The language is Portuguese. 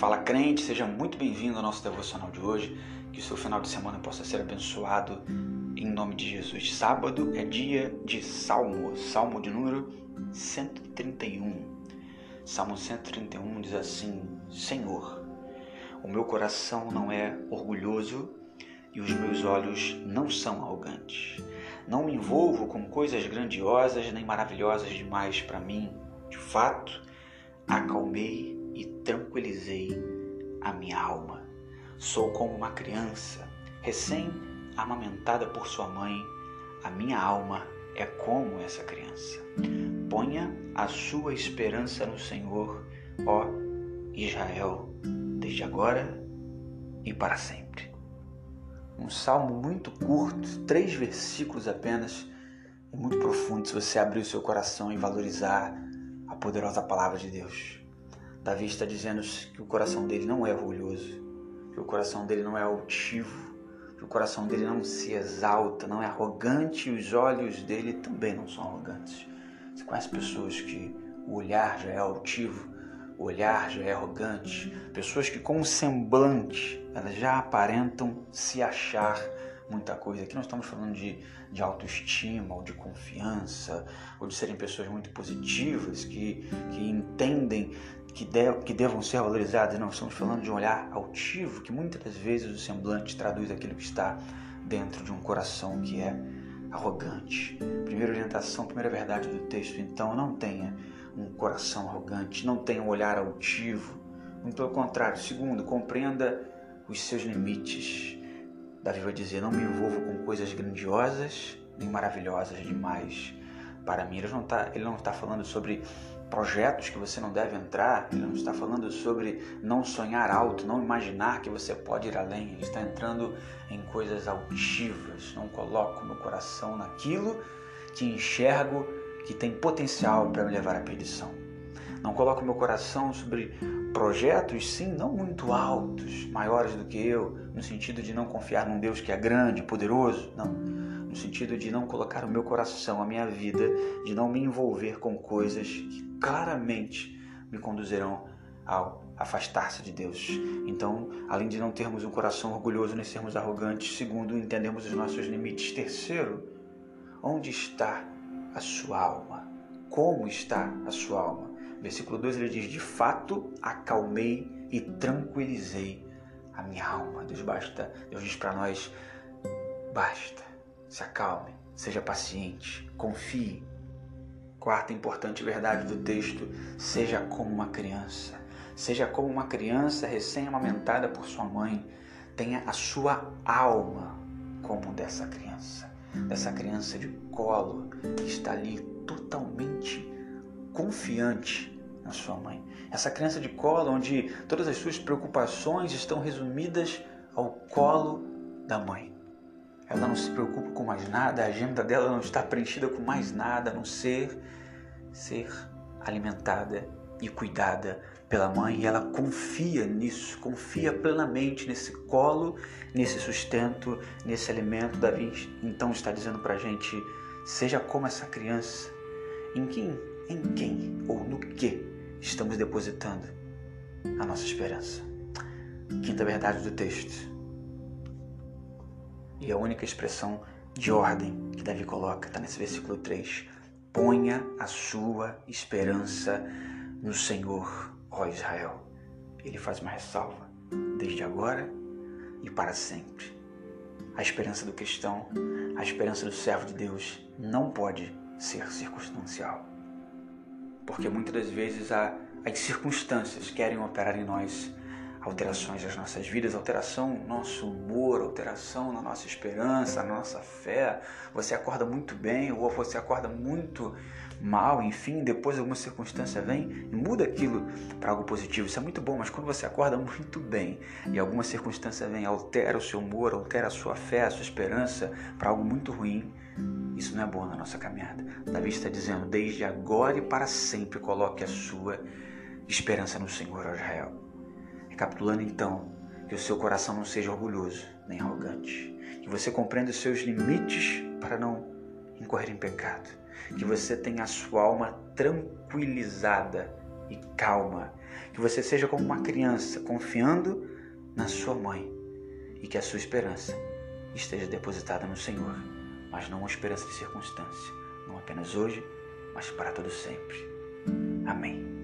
Fala crente, seja muito bem-vindo ao nosso devocional de hoje, que o seu final de semana possa ser abençoado em nome de Jesus. Sábado é dia de Salmo de número 131. Salmo 131 diz assim: Senhor, o meu coração não é orgulhoso e os meus olhos não são arrogantes. Não me envolvo com coisas grandiosas nem maravilhosas demais para mim. De fato, acalmei e tranquilizei a minha alma. Sou como uma criança, recém-amamentada por sua mãe. A minha alma é como essa criança. Ponha a sua esperança no Senhor, ó Israel, desde agora e para sempre. Um salmo muito curto, 3 versículos apenas, e muito profundo se você abrir o seu coração e valorizar a poderosa palavra de Deus. Davi está dizendo que o coração dele não é orgulhoso, que o coração dele não é altivo, que o coração dele não se exalta, não é arrogante, e os olhos dele também não são arrogantes. Você conhece pessoas que o olhar já é altivo, o olhar já é arrogante, pessoas que com o semblante elas já aparentam se achar muita coisa. Aqui nós estamos falando de autoestima ou de confiança, ou de serem pessoas muito positivas, que entendem que devam ser valorizadas. Não, estamos falando de um olhar altivo, que muitas das vezes o semblante traduz aquilo que está dentro de um coração que é arrogante. Primeira orientação, primeira verdade do texto, então, não tenha um coração arrogante, não tenha um olhar altivo, muito pelo contrário. Segundo, compreenda os seus limites. Davi vai dizer: não me envolvo com coisas grandiosas nem maravilhosas demais para mim. Ele não está falando sobre projetos que você não deve entrar, ele não está falando sobre não sonhar alto, não imaginar que você pode ir além. Ele está entrando em coisas altivas. Não coloco meu coração naquilo que enxergo que tem potencial para me levar à perdição. Não coloco meu coração sobre projetos, sim, não muito altos, maiores do que eu, no sentido de não confiar num Deus que é grande, poderoso, não. No sentido de não colocar o meu coração, a minha vida, de não me envolver com coisas que claramente me conduzirão ao afastar-se de Deus. Então, além de não termos um coração orgulhoso nem sermos arrogantes, segundo, entendemos os nossos limites. Terceiro, onde está a sua alma? Como está a sua alma? Versículo 2 ele diz: de fato, acalmei e tranquilizei a minha alma. Deus diz para nós: basta, se acalme, seja paciente, confie. Quarta importante verdade do texto: seja como uma criança. Seja como uma criança recém-amamentada por sua mãe. Tenha a sua alma como dessa criança de colo, que está ali totalmente confiante na sua mãe. Essa criança de colo onde todas as suas preocupações estão resumidas ao colo da mãe. Ela não se preocupa com mais nada, a agenda dela não está preenchida com mais nada, a não ser alimentada e cuidada pela mãe. E ela confia nisso, confia plenamente nesse colo, nesse sustento, nesse alimento. Davi então está dizendo para a gente: seja como essa criança. Em quem ou no que estamos depositando a nossa esperança? Quinta verdade do texto, e a única expressão de ordem que Davi coloca está nesse versículo 3: ponha a sua esperança no Senhor, ó Israel. Ele faz uma ressalva: desde agora e para sempre. A esperança do cristão, a esperança do servo de Deus não pode ser circunstancial, porque muitas das vezes as circunstâncias querem operar em nós alterações nas nossas vidas, alteração no nosso humor, alteração na nossa esperança, na nossa fé. Você acorda muito bem ou você acorda muito mal, enfim, depois alguma circunstância vem e muda aquilo para algo positivo. Isso é muito bom, mas quando você acorda muito bem e alguma circunstância vem, altera o seu humor, altera a sua fé, a sua esperança para algo muito ruim, isso não é bom na nossa caminhada. Davi está dizendo: desde agora e para sempre coloque a sua esperança no Senhor, ó Israel. Recapitulando então, que o seu coração não seja orgulhoso nem arrogante, que você compreenda os seus limites para não incorrer em pecado, que você tenha a sua alma tranquilizada e e calma. Que você seja como uma criança, confiando na sua mãe, e que a sua esperança esteja depositada no Senhor, mas não uma esperança de circunstância, não apenas hoje, mas para todo sempre. Amém.